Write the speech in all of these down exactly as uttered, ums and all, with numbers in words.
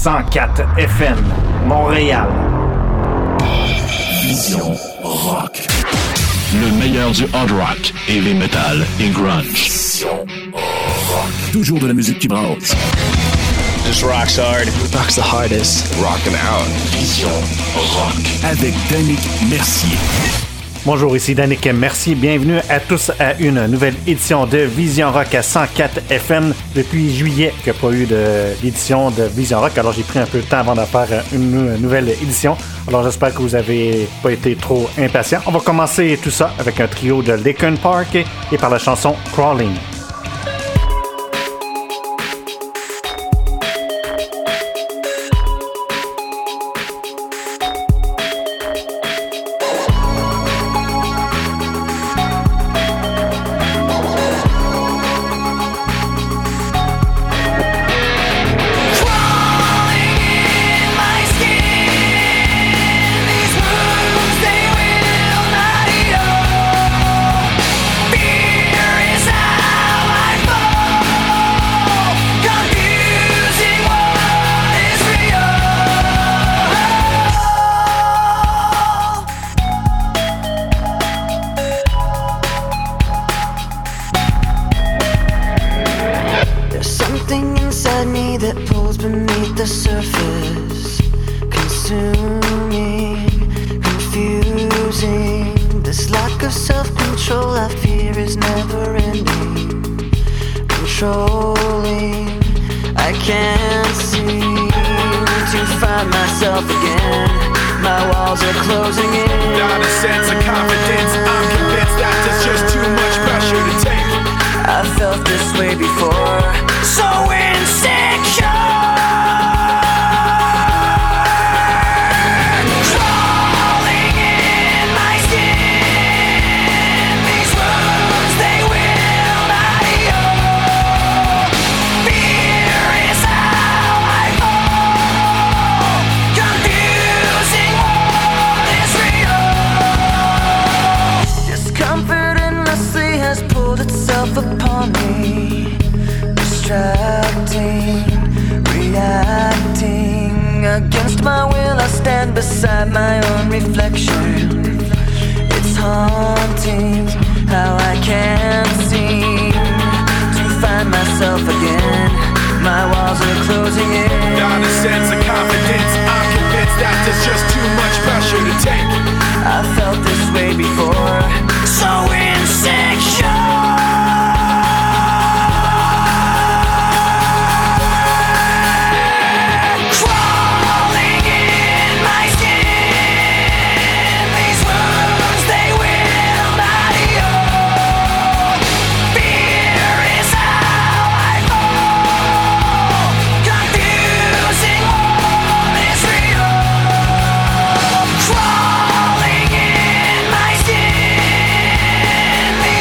cent quatre F M, Montréal. Vision Rock. Le meilleur du hard rock, heavy metal et grunge. Vision Rock. Toujours de la musique qui brasse. Just rocks hard. Rocks the hardest. Rockin' out. Vision Rock. Avec Danick Mercier. Bonjour, ici Danick Mercier. Bienvenue à tous à une nouvelle édition de Vision Rock à cent quatre F M. Depuis juillet qu'il n'y a pas eu de, d'édition de Vision Rock, alors j'ai pris un peu de temps avant de faire une nouvelle édition. Alors j'espère que vous n'avez pas été trop impatients. On va commencer tout ça avec un trio de Linkin Park et par la chanson Crawling. Crawling in my skin.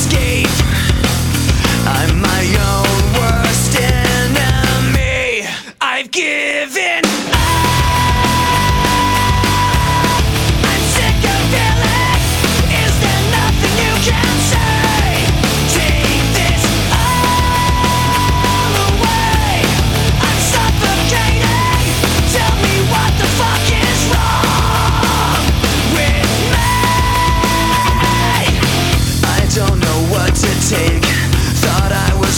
escape. I'm my own worst enemy. I've given up. I'm sick of feeling. Is there nothing you can say? Take this all away. I'm suffocating. Tell me what the fuck is wrong with me. I don't know what to take. Thought I was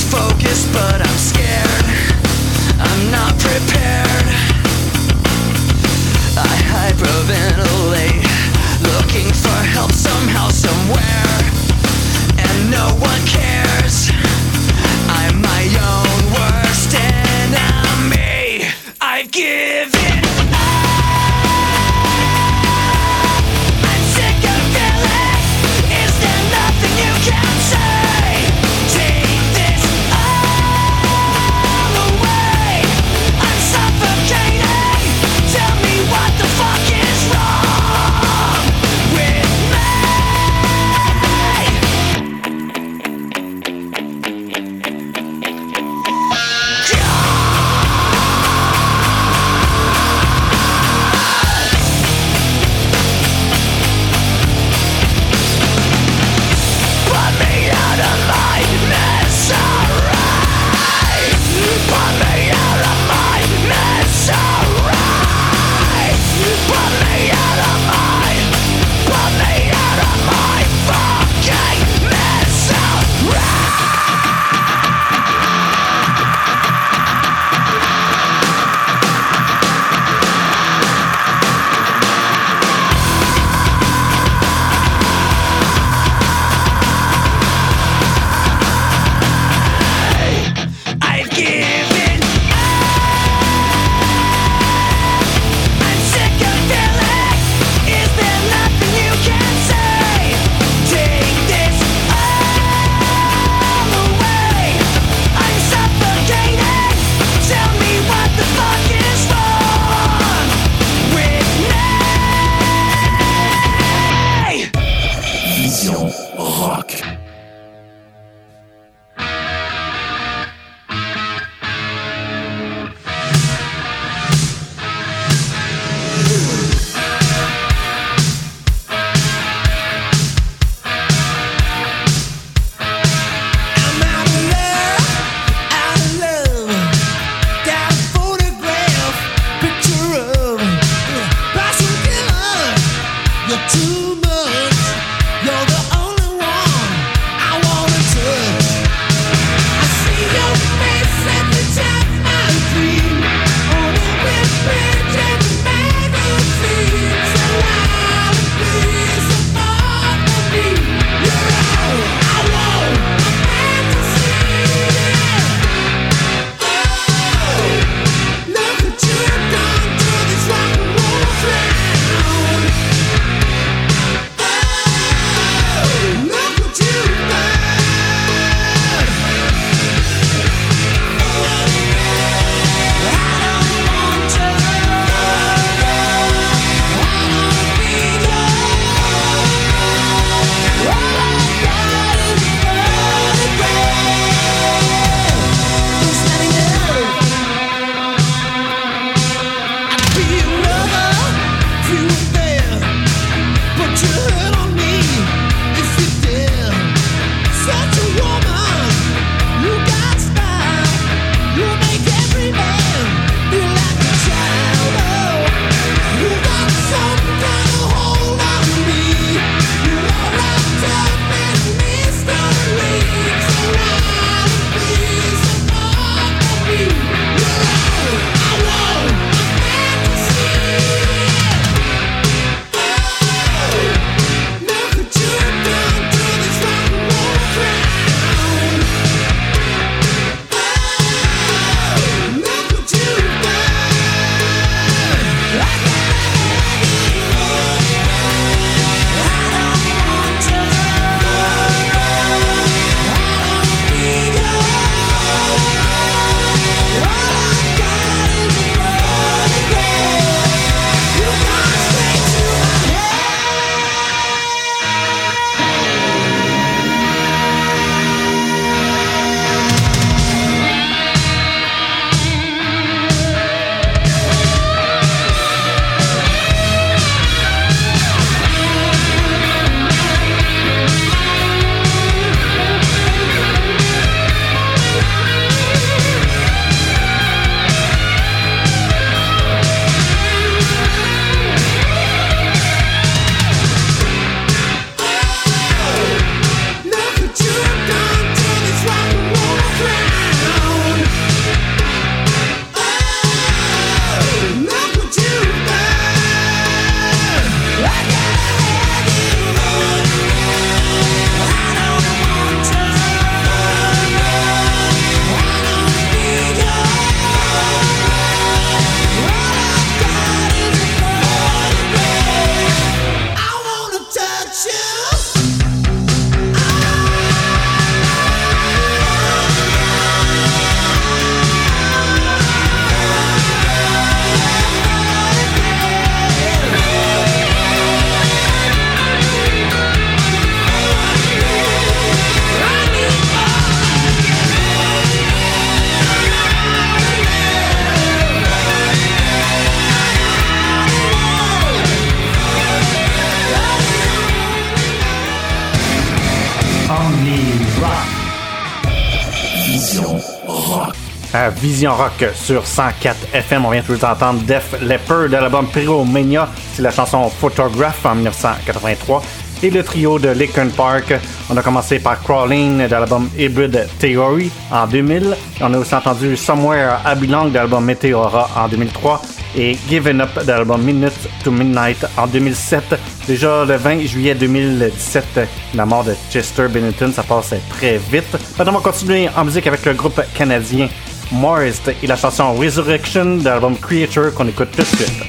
Vision Rock. À Vision Rock sur cent quatre F M, on vient tout d'entendre Def Leppard de l'album Pyromania, c'est la chanson Photograph en dix-neuf cent quatre-vingt-trois. Et le trio de Linkin Park, on a commencé par Crawling de l'album Hybrid Theory en deux mille. On a aussi entendu Somewhere I Belong de l'album Meteora en deux mille trois et Given Up de l'album Minute to Midnight en deux mille sept. Déjà le vingt juillet deux mille dix-sept, la mort de Chester Bennington, ça passe très vite. Maintenant, on va continuer en musique avec le groupe canadien Moist et la chanson Resurrection de l'album Creature qu'on écoute tout de suite.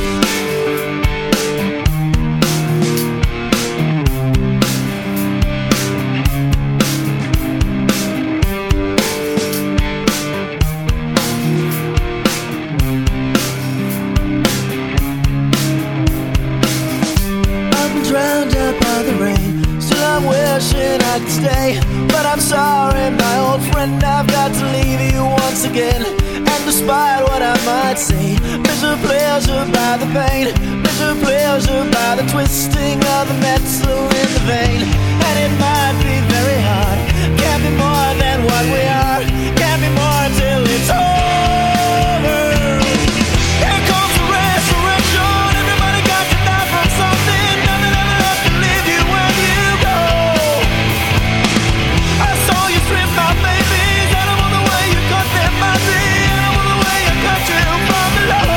Stay, but I'm sorry, my old friend, I've got to leave you once again. And despite what I might say, measure pleasure by the pain, measure pleasure by the twisting of the metal in the vein. And it might be very hard, can't be more than what we are, can't be more till it's over. Here comes the resurrection, everybody got to die from something, nothing ever left to leave you when you go. I saw you strip my babies, and I'm on the way you cut them my tree, and I'm on the way I cut you from below.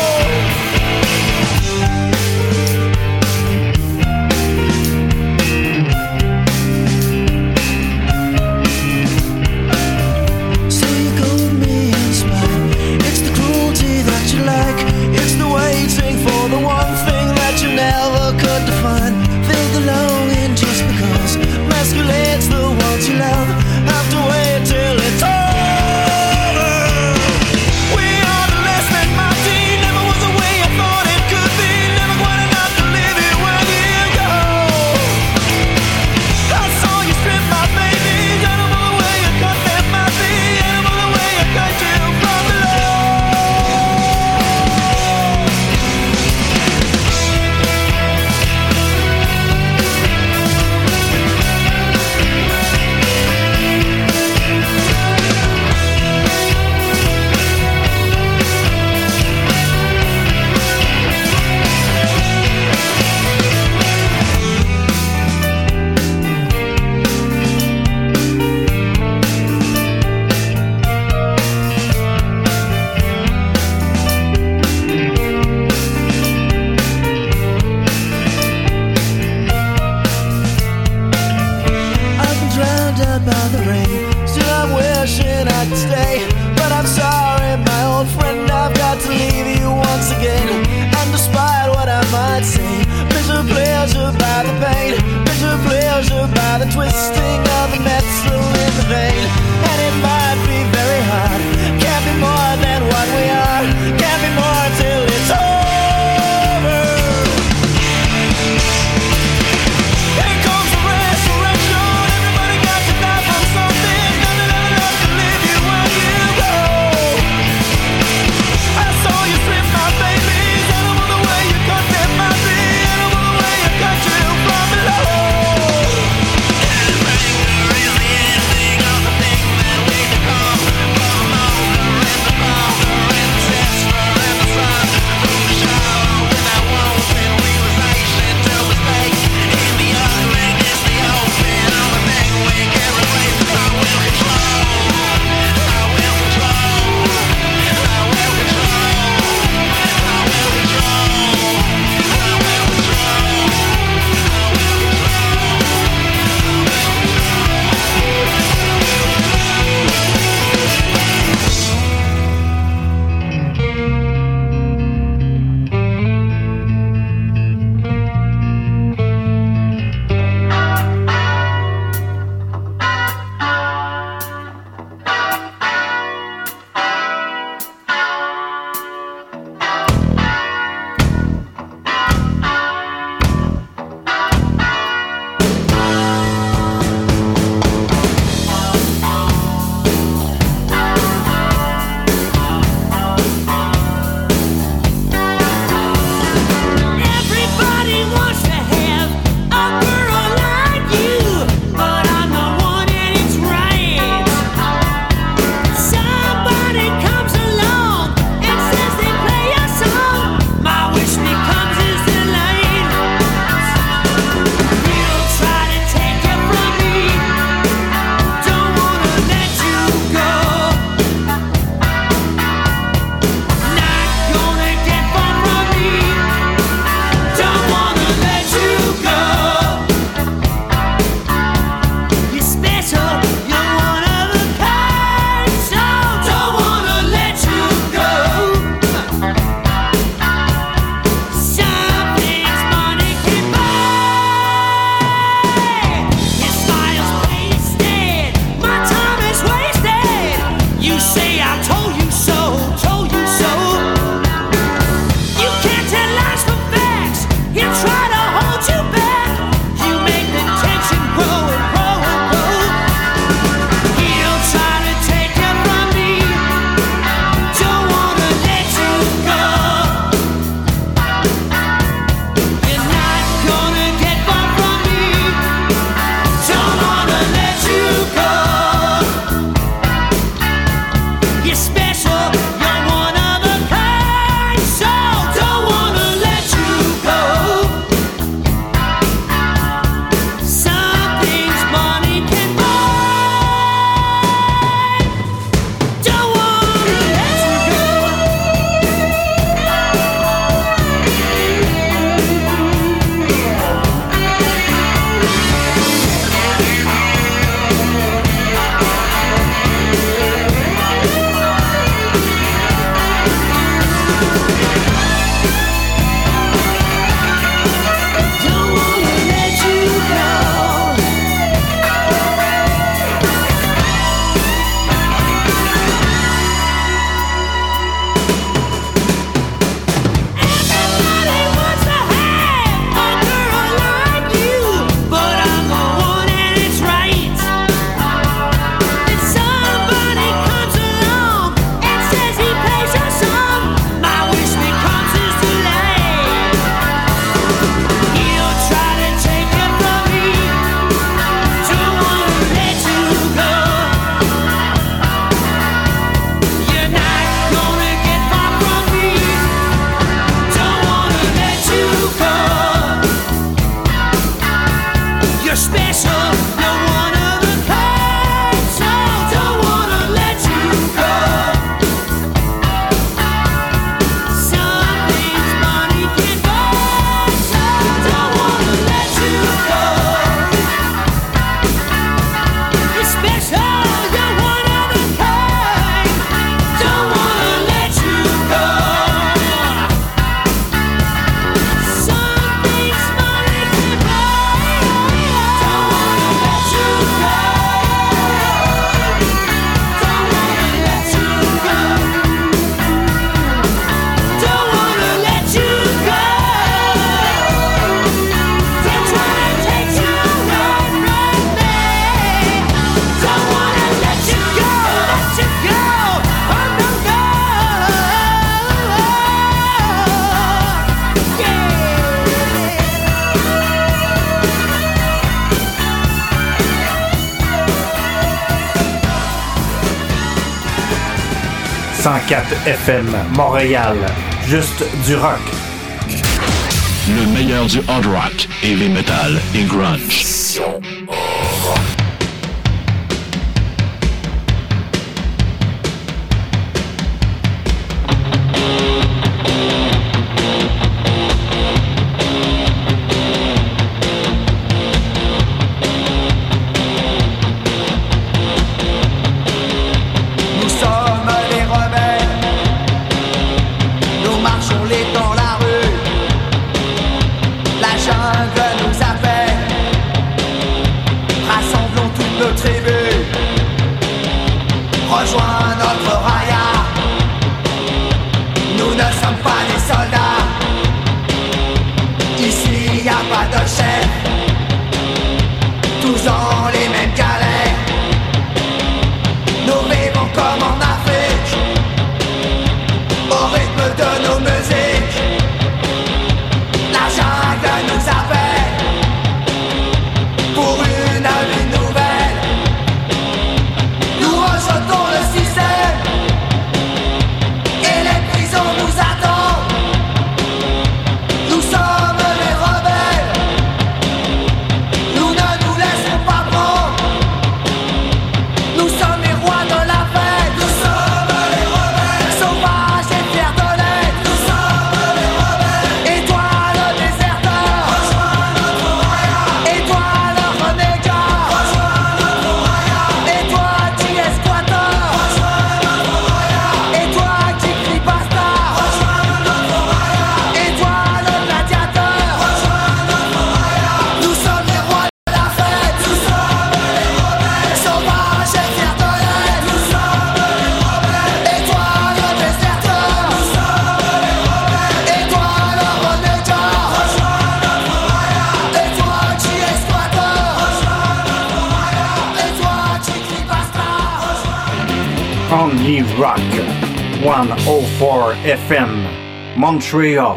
So you called me in spite, it's the cruelty that you like, it's the waiting for the one thing that you never could define. Feel the longing just because masculates the ones you love. Have to wait till it's over. We are the less than mighty, never was the way I thought it could be, never quite enough to live it when you go. I saw you strip my babies, and I'm on the way I cut them my feet, and I'm on the way I cut you from below. I've been drowned out by the rain, still I'm wishing I could stay, but I'm sorry, my old friend, I've got to leave you once again. And despite what I might say, measure pleasure by the pain, measure pleasure by the twisting of the metal in the vein. And it might be very hard, can't be more than what we are, can't be more till it's over. Here comes the resurrection, everybody got to die from something, nothing ever left to leave you when you go. I saw you strip my babies, and I'm on the way you cut them my feet, and I'm on the way I cut you from below. cent quatre F M, Montréal. Juste du rock. Le meilleur du hard rock, heavy metal et grunge. Rejoins notre raya. Nous ne sommes pas des soldats. Ici y a pas de chef. Tous dans les mêmes galères. Nous vivons comme en Afrique, au rythme de nos musiques. La jungle nous appelle pour une vie nouvelle. Nous rejetons le système et les prisons nous attendent. Nous sommes les rebelles. Nous ne nous laisserons pas prendre. Nous sommes les rois de la fête. Nous sommes les rebelles. Sauvages et fiers de l'être. Nous sommes les rebelles. Et toi le déserteur, rejoins notre royaume. Et toi le renégat, rejoins notre royaume. Et toi qui es squatteur, rejoins notre royaume. Et toi qui crie basta, rejoins notre royaume. Et toi le gladiateur, rejoins notre royaume. Nous sommes les rois de la fête. Nous sommes les rebelles. Sauvages et fiers de l'être. Nous sommes les rebelles. Et toi le déserteur, nous sommes les rebelles. Et toi le renégat, rejoins notre royaume. Et toi qui es squatteur, rejoins notre royaume. Et toi qui crie basta, rejoins. Only Rock, cent quatre F M, Montréal.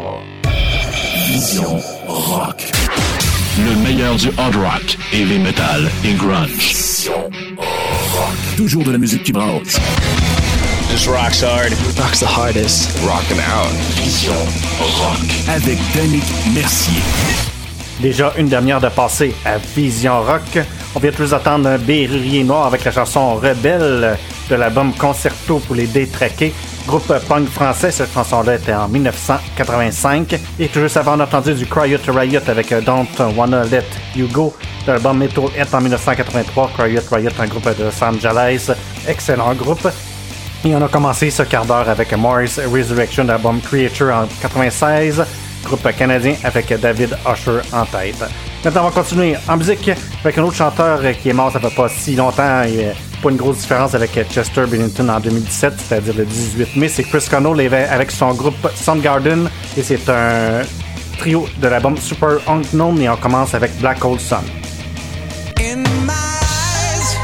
Vision rock. Le meilleur du hard rock, heavy metal et grunge. Toujours de la musique qui brasse. This rocks hard. Rock's the hardest. Rockin' out. Vision rock. Avec Danick Mercier. Déjà une dernière de passée à Vision Rock. On vient tous attendre un Berrurier Noir avec la chanson Rebelle de l'album Concerto pour les détraqués. Groupe punk français, cette chanson-là était en dix-neuf cent quatre-vingt-cinq. Et tout juste avant, on a entendu du Cryot Riot avec Don't Wanna Let You Go de l'album Metalhead en dix-neuf cent quatre-vingt-trois. Cryot Riot, un groupe de Los Angeles, excellent groupe. Et on a commencé ce quart d'heure avec Morris Resurrection de l'album Creature en quatre-vingt-seize, groupe canadien avec David Usher en tête. Maintenant, on va continuer en musique avec un autre chanteur qui est mort ça fait pas si longtemps. Il n'y a pas une grosse différence avec Chester Bennington en deux mille dix-sept, c'est-à-dire le dix-huit mai. C'est Chris Cornell avec son groupe Soundgarden et c'est un trio de l'album Super Unknown et on commence avec Black Hole Sun. In my eyes,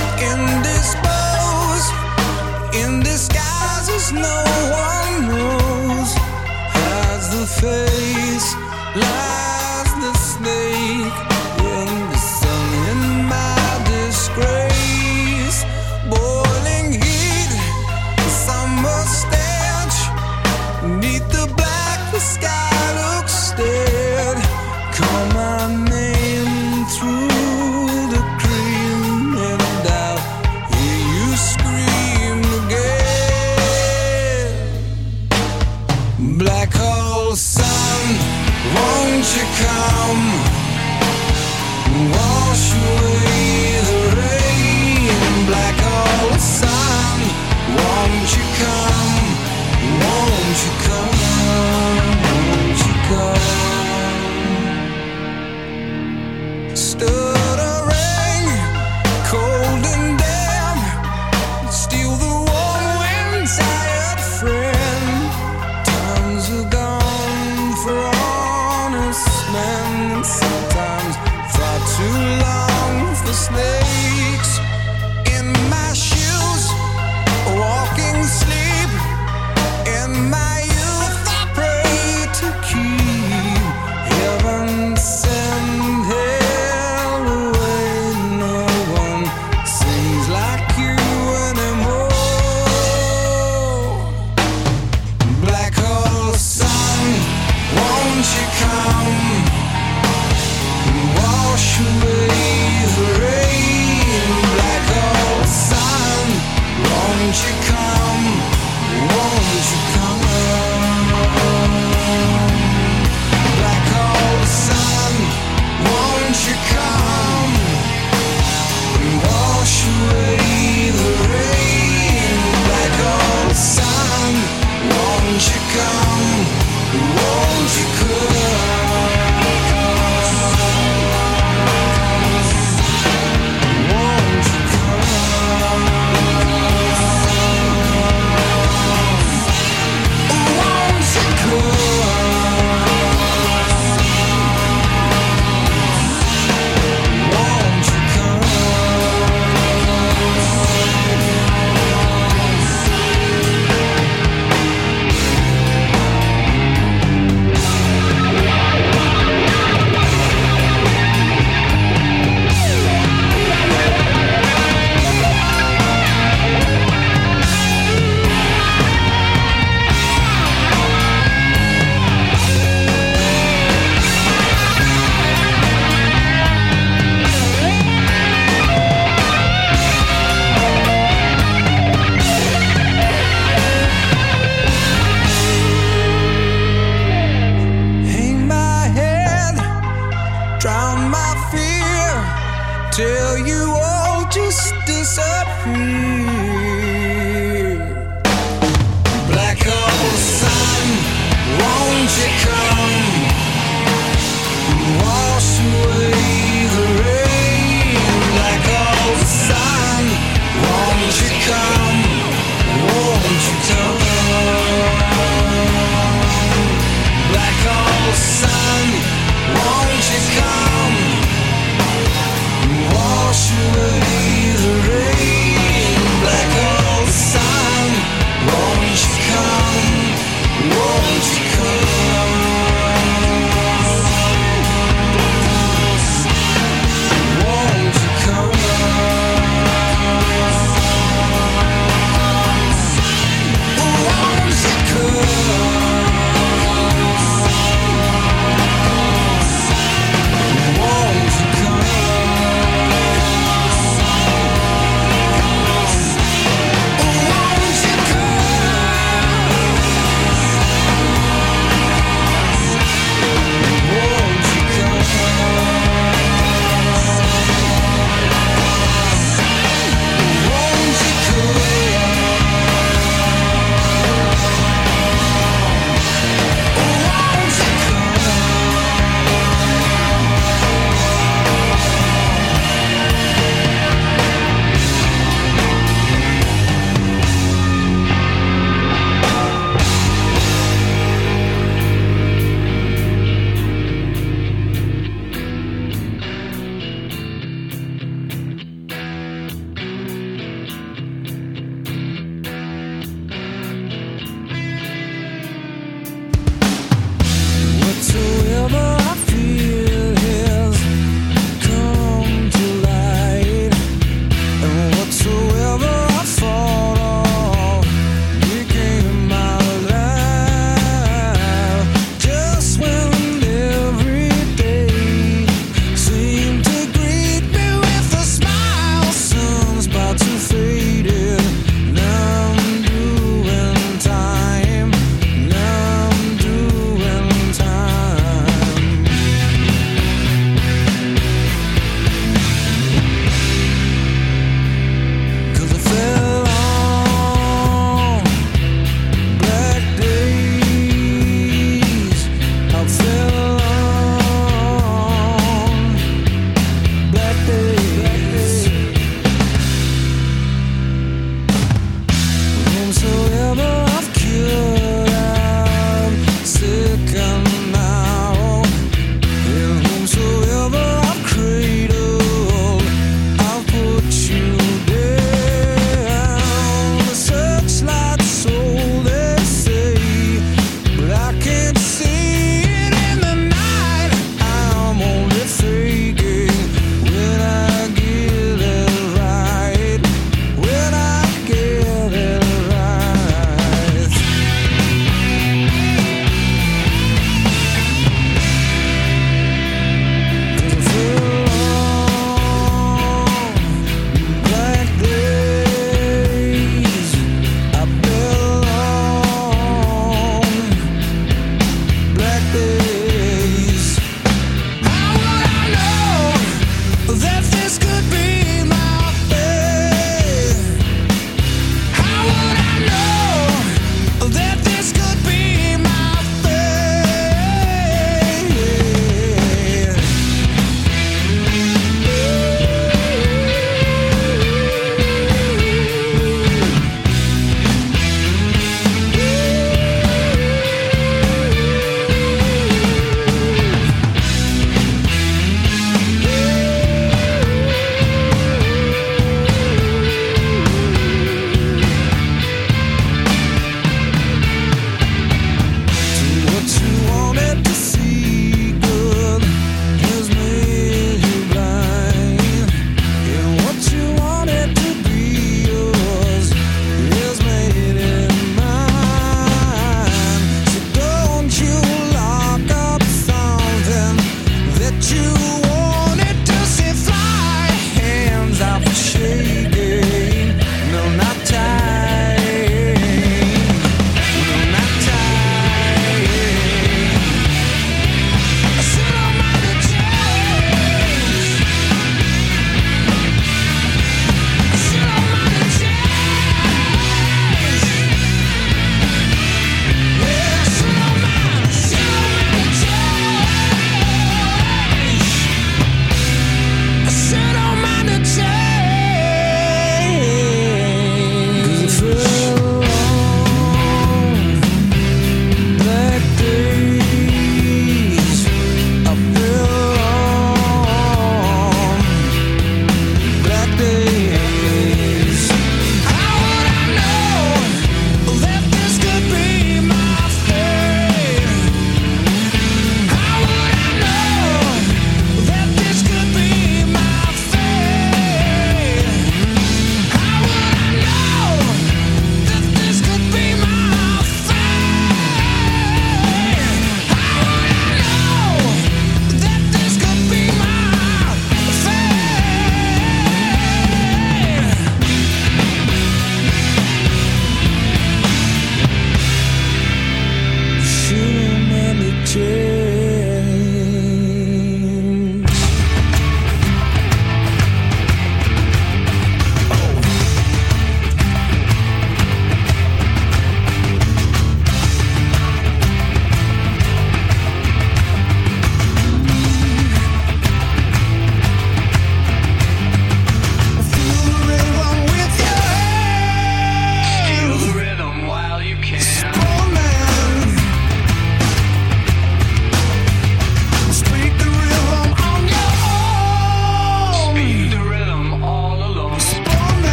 indisposed, in disguises no one knows. Has the face, lies the snake in the sun. In my disgrace, boiling heat, the summer stench. Neath the black, the sky looks dead. Call my name through the cream and I'll hear you scream again. Black hole sun, won't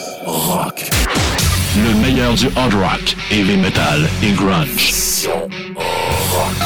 Rock. Le meilleur du hard rock, heavy metal et grunge. Vision Rock.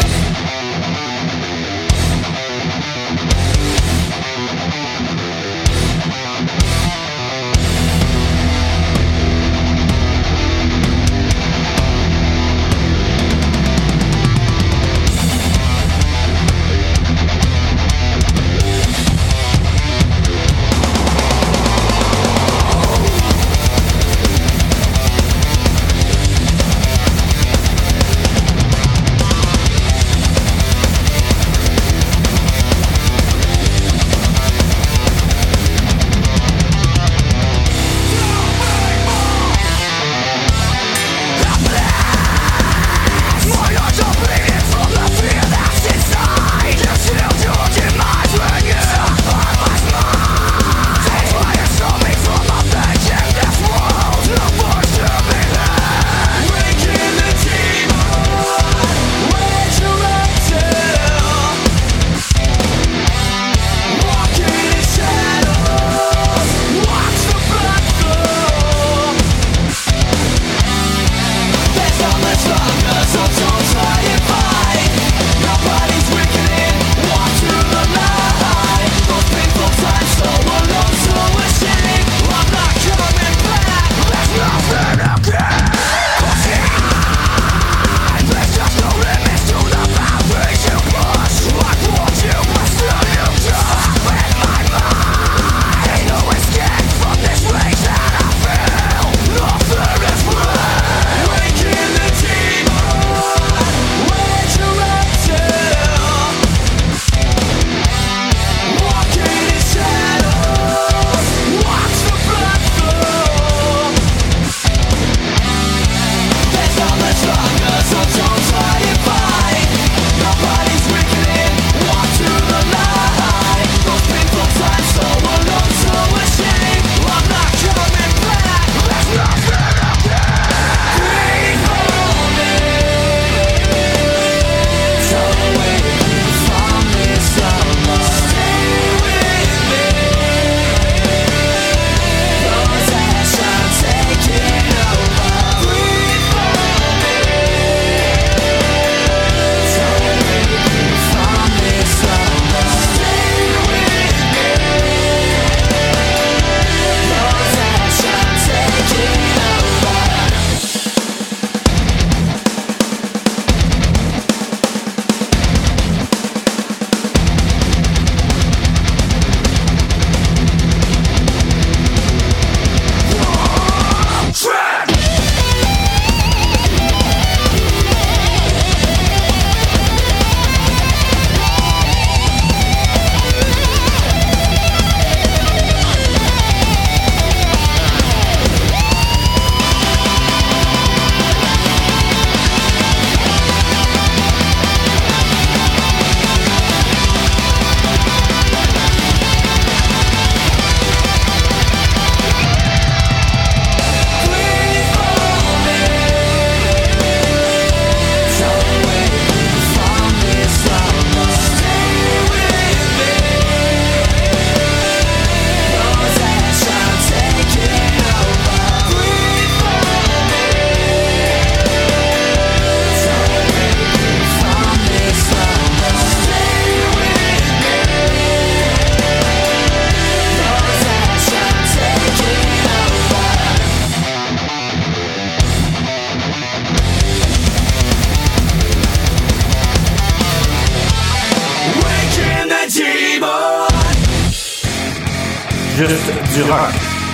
Juste du rock.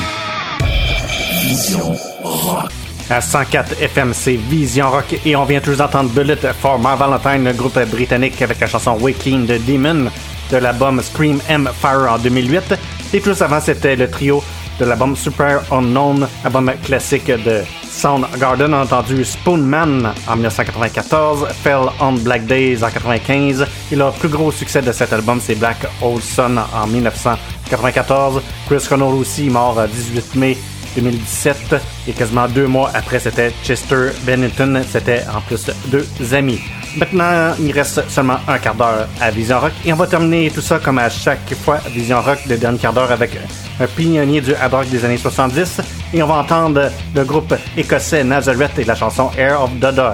Vision Rock. À cent quatre F M, c'est Vision Rock et on vient tous d'entendre Bullet for My Valentine, le groupe britannique avec la chanson Waking the Demon de l'album Scream M Fire en deux mille huit. Et plus avant, c'était le trio de l'album Super Unknown, album classique de Soundgarden. On a entendu Spoonman en dix-neuf cent quatre-vingt-quatorze, Fell on Black Days en quatre-vingt-quinze et leur plus gros succès de cet album, c'est Black Hole Sun en dix-neuf cent quatre-vingt-quatorze. Chris Cornell aussi, mort le dix-huit mai deux mille dix-sept et quasiment deux mois après, c'était Chester Bennington. C'était en plus deux amis. Maintenant, il reste seulement un quart d'heure à Vision Rock et on va terminer tout ça comme à chaque fois Vision Rock, le dernier quart d'heure avec un pionnier du hard rock des années soixante-dix. Et on va entendre le groupe écossais Nazareth et la chanson Air of the Dog.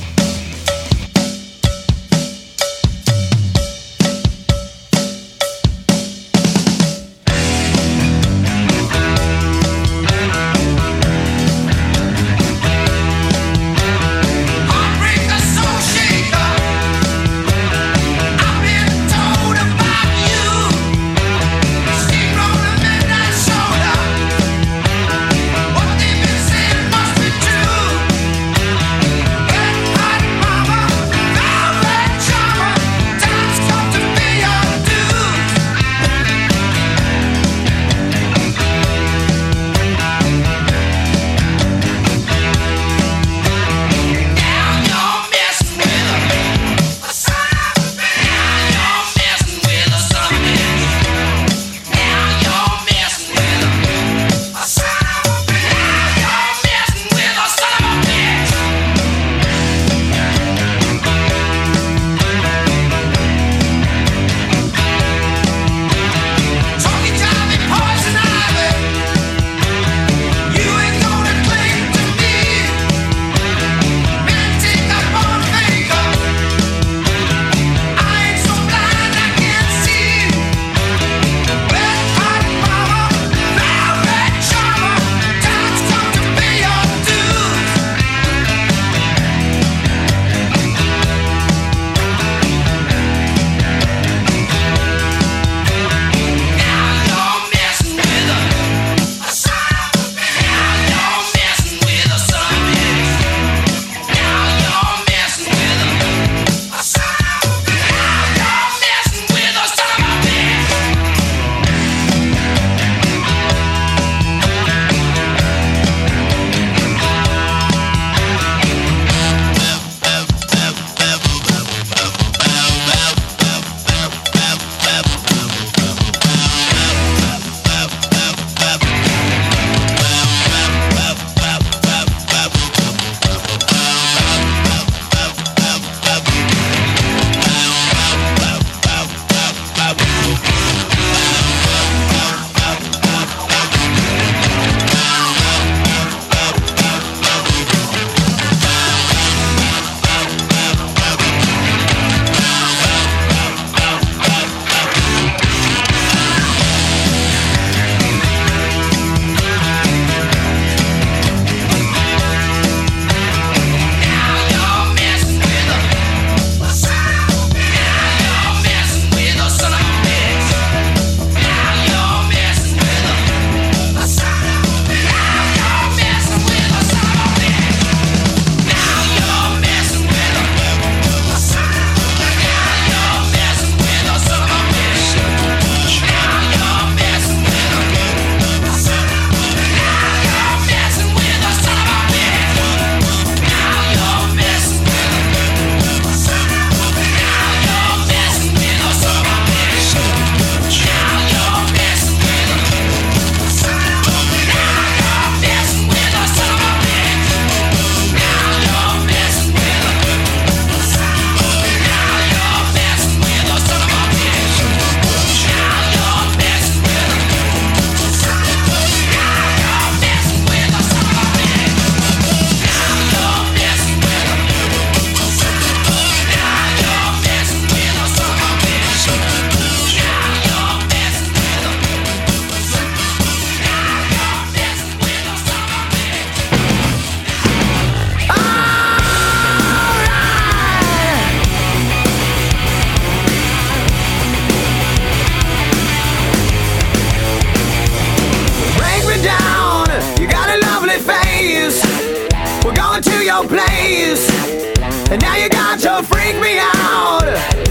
your place, and now you got to freak me out.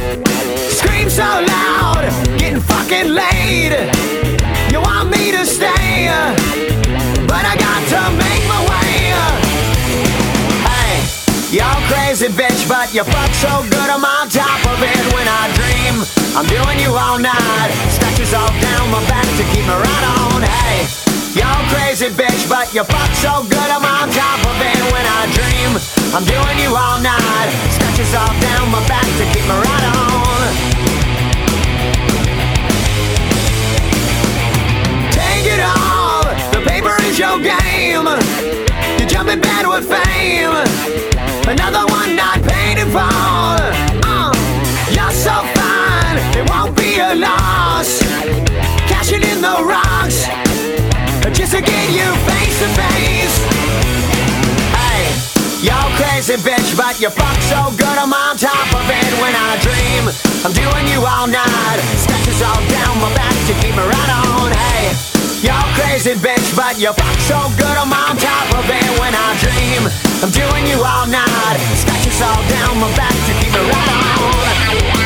Scream so loud, getting fucking laid. You want me to stay, but I got to make my way. Hey, you're crazy bitch, but you fuck so good I'm on top of it. When I dream, I'm doing you all night. Scratches all down my back to keep me right on. Hey, you're crazy bitch, but you fuck so good I'm on top of it. When I dream, I'm doing you all night. Scratches all down my back to keep me right on. Take it all, the paper is your game. Hollywood fame. Another one not painted for. Uh, you're so fine, it won't be a loss. Cashing in the rocks just to get you face to face. Hey, you're crazy bitch, but you fuck so good I'm on top of it when I dream. I'm doing you all night, scratches all down my back to keep me right on. Hey, you're crazy bitch, but you fuck so good I'm on top of it when I dream. I'm doing you all night, scratches all down my back to keep me right on.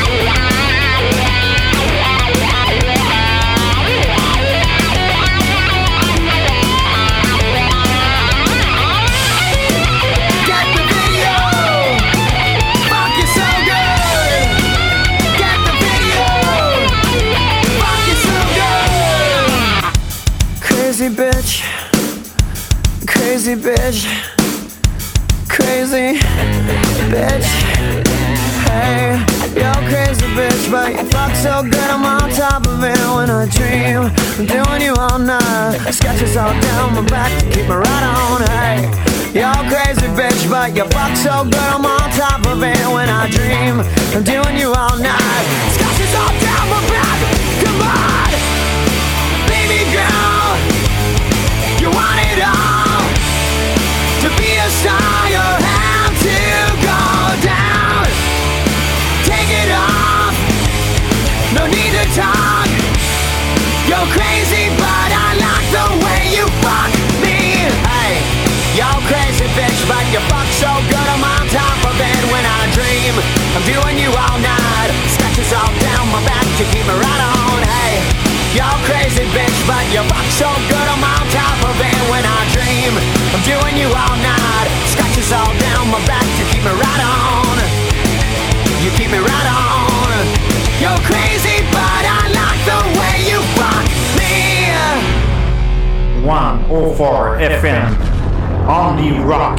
Crazy bitch, crazy bitch, crazy bitch. Hey, you're crazy bitch, but you fuck so good I'm on top of it when I dream. I'm doing you all night, scratches all down my back to keep me right on. Hey, you're crazy bitch, but you fuck so good I'm on top of it when I dream. I'm doing you all night, scratches all down my back. Come on, baby girl. You want it all. To be a star you have to go down. Take it off, no need to talk. You're crazy but I like the way you fuck me. Hey, you're crazy bitch but you fuck so good I'm on top of it when I dream. I'm doing you all night, scratches all down my back to keep me right on. Hey, you're crazy bitch, but you fuck so good I'm on top of it when I dream. I'm doing you all night, scratches all down my back to keep me right on. You keep me right on. You're crazy, but I like the way you fuck me. one oh four F M, on the rock.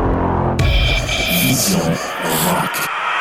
Vision Rock.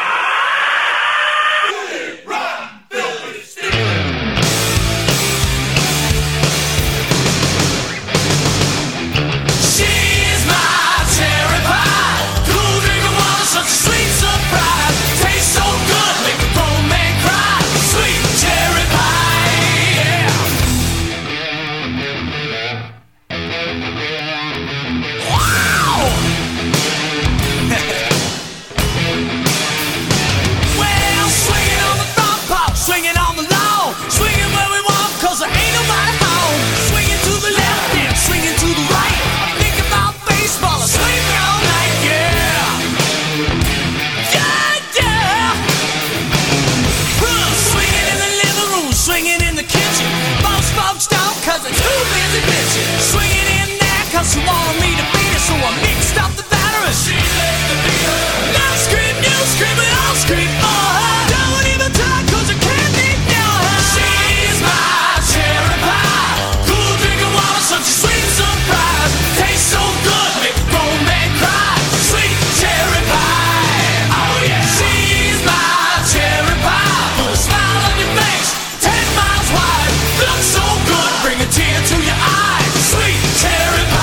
She wanted me to beat her, so I mixed up the battery. She let the beat her. Now scream, you scream, and I'll scream for her. Don't even talk, cause I can't ignore her. She's my cherry pie. Cool drinking water, such a sweet surprise. Tastes so good, make a grown man cry. Sweet cherry pie. Oh yeah. She's my cherry pie. Put a smile on your face, ten miles wide. Looks so good, bring a tear to your eye. Sweet cherry pie.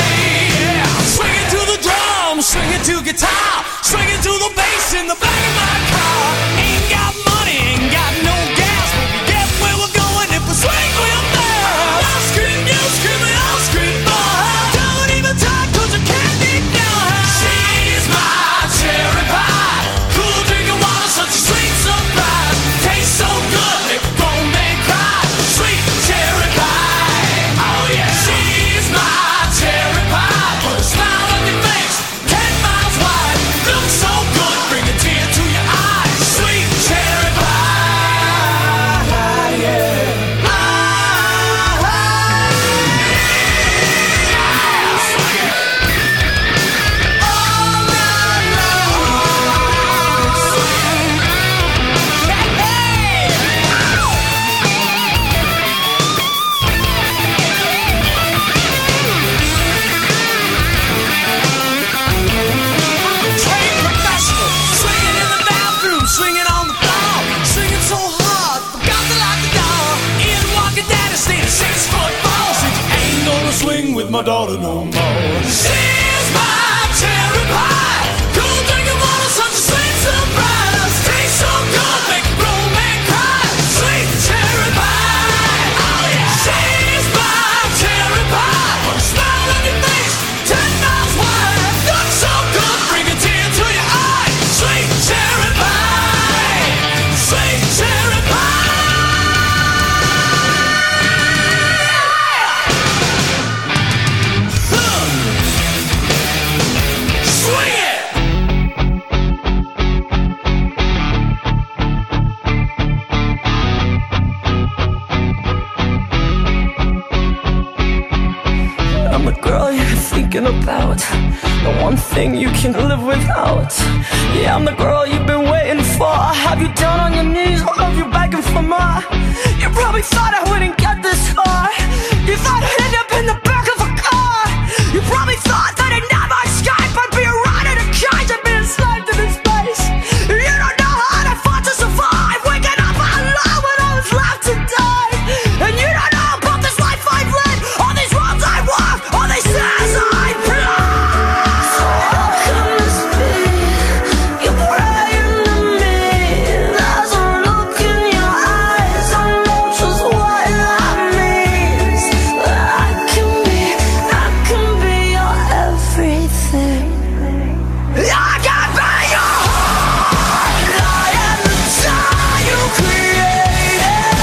Swing it to guitar, swing it to the bass in the back of my car. Ain't got money, ain't got no gas, but we get where we're going if we swing real fast. I'll scream, you scream, and I'll scream for her. Don't even talk, cause I can't ignore her. She's my cherry pie. Cool drinking water, such a sweet surprise. Tastes so good, make a grown man cry. Sweet cherry pie. Oh yeah. She's my cherry pie. Put a smile on your face. Looks so good, bring a tear to your eyes. Sweet cherry pie, yeah. Ah, ah, all night long. Hey, hey. Swinging on the floor, swinging so hard, forgot to lock the door. In walking daddy, staying six foot four. Said you ain't gonna swing with my daughter no more. She's my thinking about, the one thing you can live without. Yeah, I'm the girl you've been waiting for. I have you down on your knees, I have you begging for more. You probably thought I wouldn't get this far. You thought I'd end up in the back of a car. You probably thought that I'd never Skype, I'd be around in a cage, I'd be enslaved in this space. You don't know how I fought to survive, waking up alone when I was left to die. And you don't know about this life I've lived, all these roads I walk, all these stairs I plod. So how can this be? You're praying to me. There's a look in your eyes, I know just what that means. I can be, I can be your everything. I can be your heart. I am the star you created.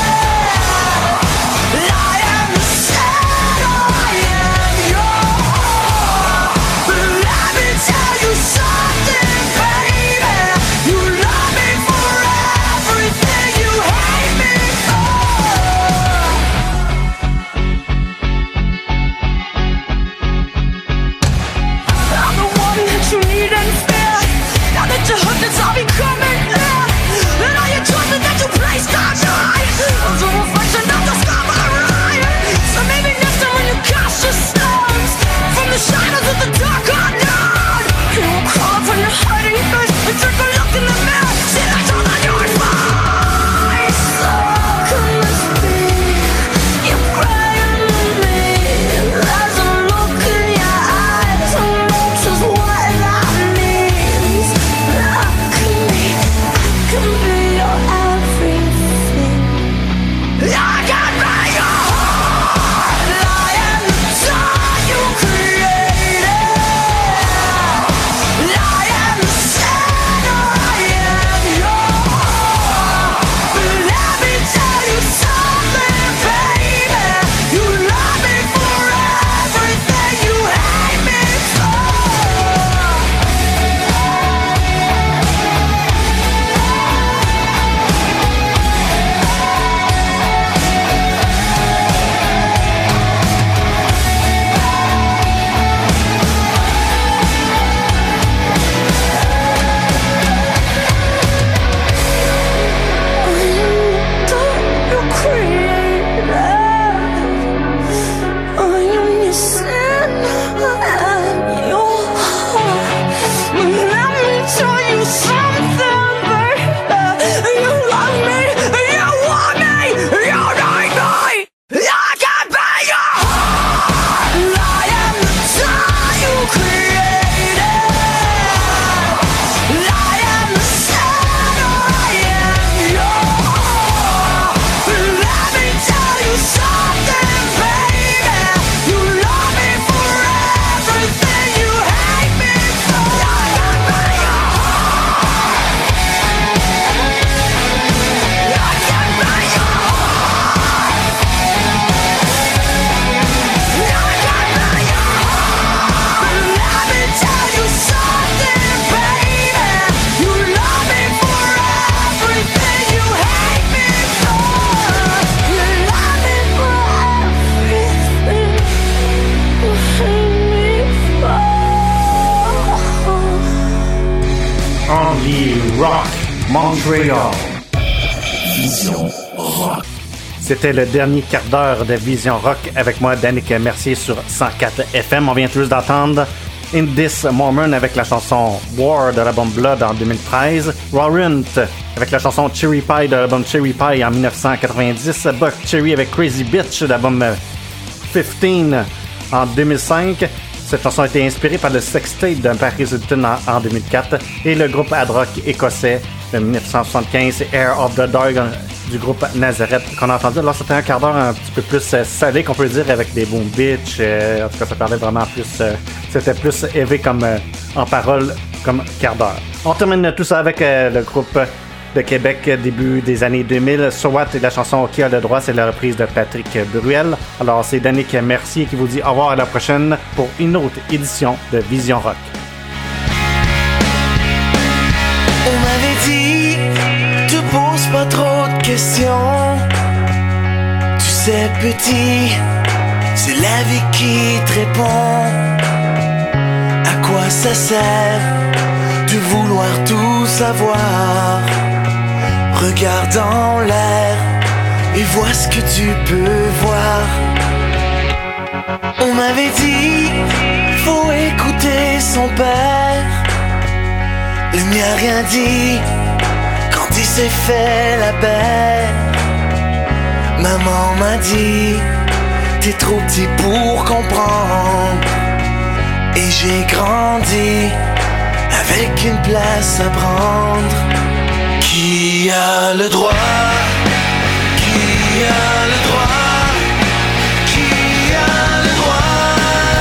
I am the shadow, I am your heart. But let me tell you something, baby. You love me for everything you hate me for. I'm the one that you need and fear. Now that you're hooked, it's all becoming clear. And all you trusted that you placed on mine was a reflection of discovery. So maybe next time when you cast your stones from the shadows of the dark unknown, you will crawl up from your hiding place and take a look in the mirror. See that you're on your face. So how can this be? You're praying to me. There's a look in your eyes, I know just what that means. I can be, I can be your everything. I can be your heart. I am the star you created. I am the shadow, I am your heart. But let me tell you something, baby. You love me for everything you hate me for. Only Rock Montreal. Vision Rock. C'était le dernier quart d'heure de Vision Rock avec moi, Danick Mercier, sur cent quatre F M. On vient juste d'entendre In This Moment avec la chanson War de l'album Blood en deux mille treize, Warrant avec la chanson Cherry Pie de l'album Cherry Pie en dix-neuf cent quatre-vingt-dix, Buck Cherry avec Crazy Bitch de l'album quinze en deux mille cinq. Cette chanson a été inspirée par le sextape d'un Paris Hilton en, en deux mille quatre et le groupe hard rock écossais de dix-neuf cent soixante-quinze, Air of the Dog du groupe Nazareth qu'on a entendu. Alors c'était un quart d'heure un petit peu plus euh, salé qu'on peut dire avec des boom bitch. Euh, en tout cas ça parlait vraiment plus, euh, c'était plus élevé comme euh, en parole comme quart d'heure. On termine tout ça avec euh, le groupe de Québec début des années deux mille, So What et la chanson Qui a le droit, c'est la reprise de Patrick Bruel. Alors c'est Danick Mercier qui vous dit au revoir à la prochaine pour une autre édition de Vision Rock. On m'avait dit, te pose pas trop de questions. Tu sais petit, c'est la vie qui te répond. quoi ça sert de vouloir tout savoir? Regarde en l'air et vois ce que tu peux voir. On m'avait dit, faut écouter son père. Le mien a rien dit quand il s'est fait la belle. Maman m'a dit, t'es trop petit pour comprendre. Et j'ai grandi avec une place à prendre. Qui a le droit? Qui a le droit? Qui a le droit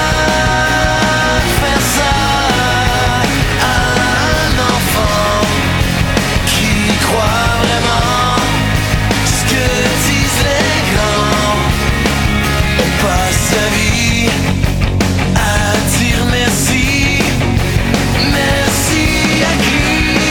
de faire ça à un enfant qui croit vraiment ce que disent les grands? On passe sa vie à dire merci. Merci à qui?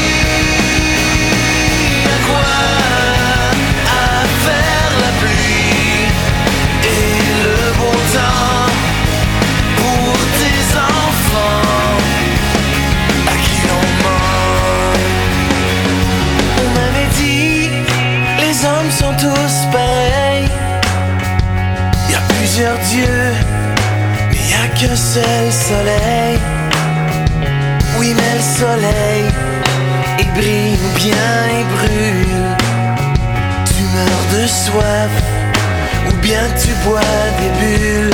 À quoi? À faire la pluie et le beau temps pour tes enfants à qui l'on ment. On m'avait dit, les hommes sont tous pareils. Y a plusieurs dieux, mais y a qu'un seul soleil. Oui, mais le soleil, il brille ou bien il brûle. Tu meurs de soif ou bien tu bois des bulles.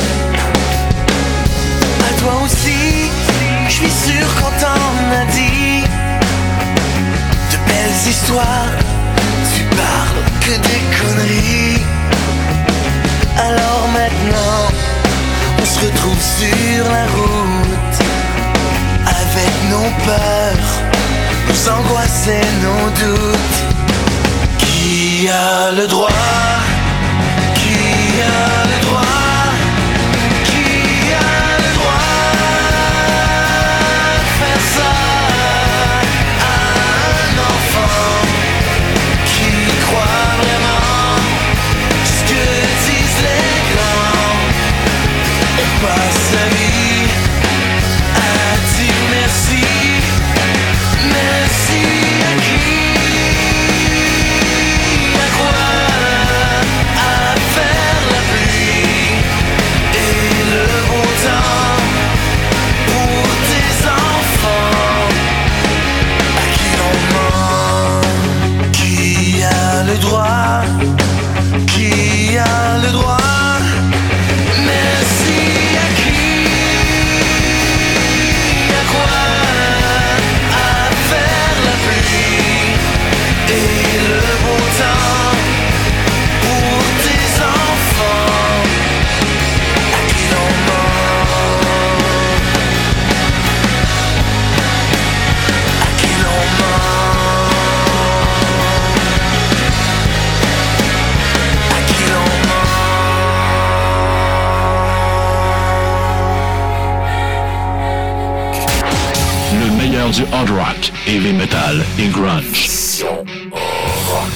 À toi aussi, je suis sûr qu'on t'en a dit de belles histoires. Tu parles que des conneries. Alors maintenant, on se retrouve sur la route avec nos peurs, nos angoisses et nos doutes. Qui a le droit? Qui a le droit? Qui a le droit de faire ça à un enfant qui croit vraiment ce que disent les grands? On passe sa vie à dire merci. Merci à qui? À quoi? À faire la pluie et le beau temps pour tes enfants à qui l'on ment. Qui a le droit? Qui a le droit? Merci à qui? À quoi? À faire la pluie et le beau temps pour tes enfants à qui l'on ment. À qui l'on ment. À qui l'on ment. Le meilleur du hard rock, heavy metal et grunge.